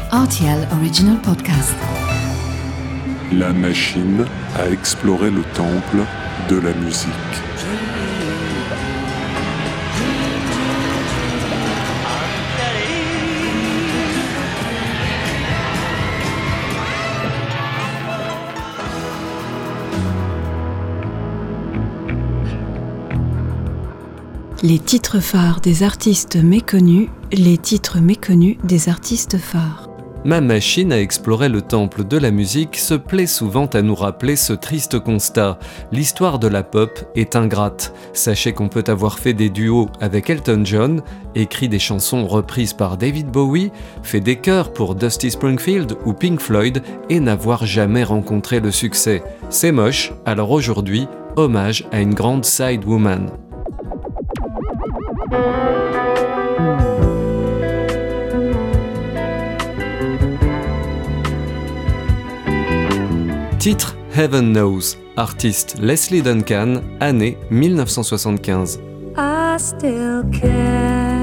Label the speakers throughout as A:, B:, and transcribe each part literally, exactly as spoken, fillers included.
A: R T L Original Podcast.
B: La machine a exploré le temple de la musique.
C: Les titres phares des artistes méconnus, les titres méconnus des artistes phares.
D: Ma machine à explorer le temple de la musique se plaît souvent à nous rappeler ce triste constat. L'histoire de la pop est ingrate. Sachez qu'on peut avoir fait des duos avec Elton John, écrit des chansons reprises par David Bowie, fait des chœurs pour Dusty Springfield ou Pink Floyd et n'avoir jamais rencontré le succès. C'est moche, alors aujourd'hui, hommage à une grande side woman. Titre Heaven Knows, artiste Leslie Duncan, année dix-neuf cent soixante-quinze.
E: I still care.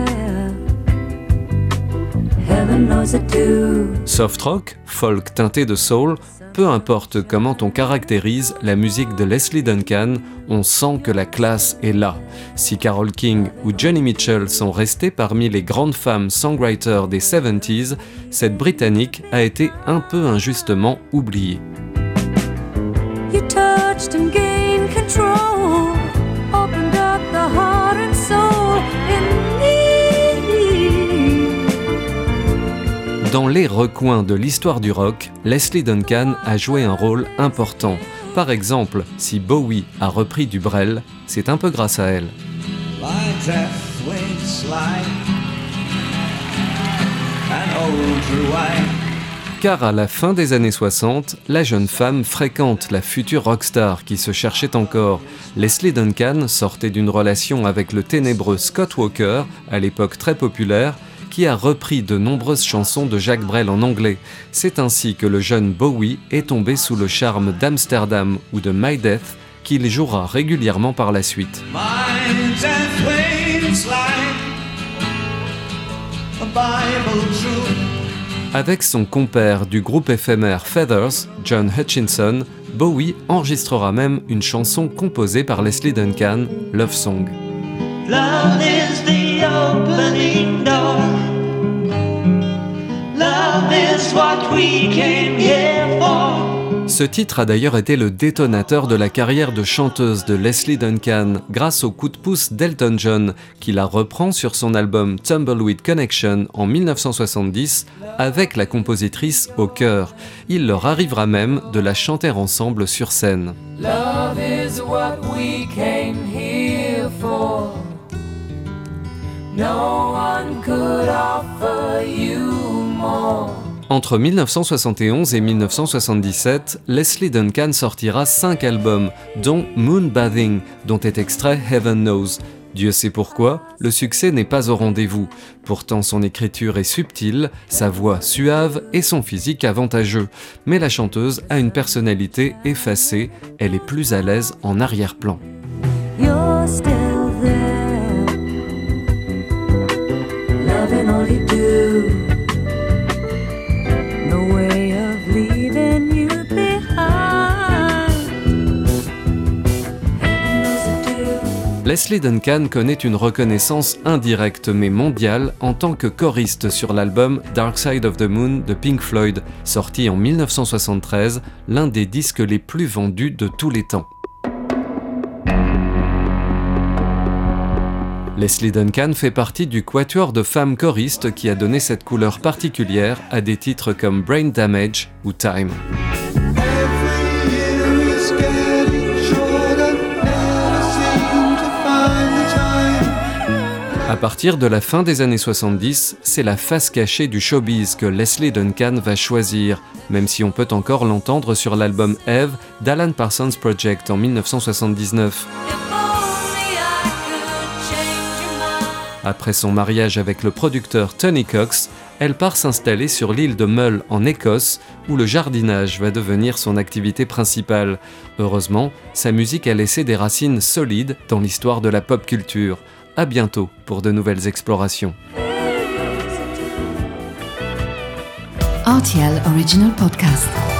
E: Heaven knows I do.
D: Soft rock, folk teinté de soul, peu importe comment on caractérise la musique de Leslie Duncan, on sent que la classe est là. Si Carole King ou Joni Mitchell sont restées parmi les grandes femmes songwriters des soixante-dix, cette Britannique a été un peu injustement oubliée.
E: You touched and gained control, opened up the heart and soul in me.
D: Dans les recoins de l'histoire du rock, Leslie Duncan a joué un rôle important. Par exemple, si Bowie a repris du Brel, c'est un peu grâce à elle. Car à la fin des années soixante, la jeune femme fréquente la future rockstar qui se cherchait encore. Leslie Duncan sortait d'une relation avec le ténébreux Scott Walker, à l'époque très populaire, qui a repris de nombreuses chansons de Jacques Brel en anglais. C'est ainsi que le jeune Bowie est tombé sous le charme d'Amsterdam ou de My Death, qu'il jouera régulièrement par la suite. Avec son compère du groupe éphémère Feathers, John Hutchinson, Bowie enregistrera même une chanson composée par Leslie Duncan, Love Song.
F: Love is the opening door. Love is what we came here for.
D: Ce titre a d'ailleurs été le détonateur de la carrière de chanteuse de Leslie Duncan grâce au coup de pouce d'Elton John, qui la reprend sur son album Tumbleweed Connection en dix-neuf cent soixante-dix avec la compositrice au chœur. Il leur arrivera même de la chanter ensemble sur scène.
F: Love is what we came here for. No one could offer you more.
D: Entre dix-neuf cent soixante et onze et dix-neuf cent soixante-dix-sept, Leslie Duncan sortira cinq albums, dont Moonbathing, dont est extrait Heaven Knows. Dieu sait pourquoi, le succès n'est pas au rendez-vous. Pourtant son écriture est subtile, sa voix suave et son physique avantageux. Mais la chanteuse a une personnalité effacée, elle est plus à l'aise en arrière-plan.
E: You're still there. Loving all you do. No way of leaving you behind. Heaven knows I do.
D: Leslie Duncan connaît une reconnaissance indirecte mais mondiale en tant que choriste sur l'album Dark Side of the Moon de Pink Floyd, sorti en dix-neuf cent soixante-treize, l'un des disques les plus vendus de tous les temps. Leslie Duncan fait partie du quatuor de femmes choristes qui a donné cette couleur particulière à des titres comme Brain Damage ou Time. À partir de la fin des années soixante-dix, c'est la face cachée du showbiz que Leslie Duncan va choisir, même si on peut encore l'entendre sur l'album Eve d'Alan Parsons Project en dix-neuf cent soixante-dix-neuf. Après son mariage avec le producteur Tony Cox, elle part s'installer sur l'île de Mull en Écosse, où le jardinage va devenir son activité principale. Heureusement, sa musique a laissé des racines solides dans l'histoire de la pop culture. À bientôt pour de nouvelles explorations.
A: R T L Original Podcast.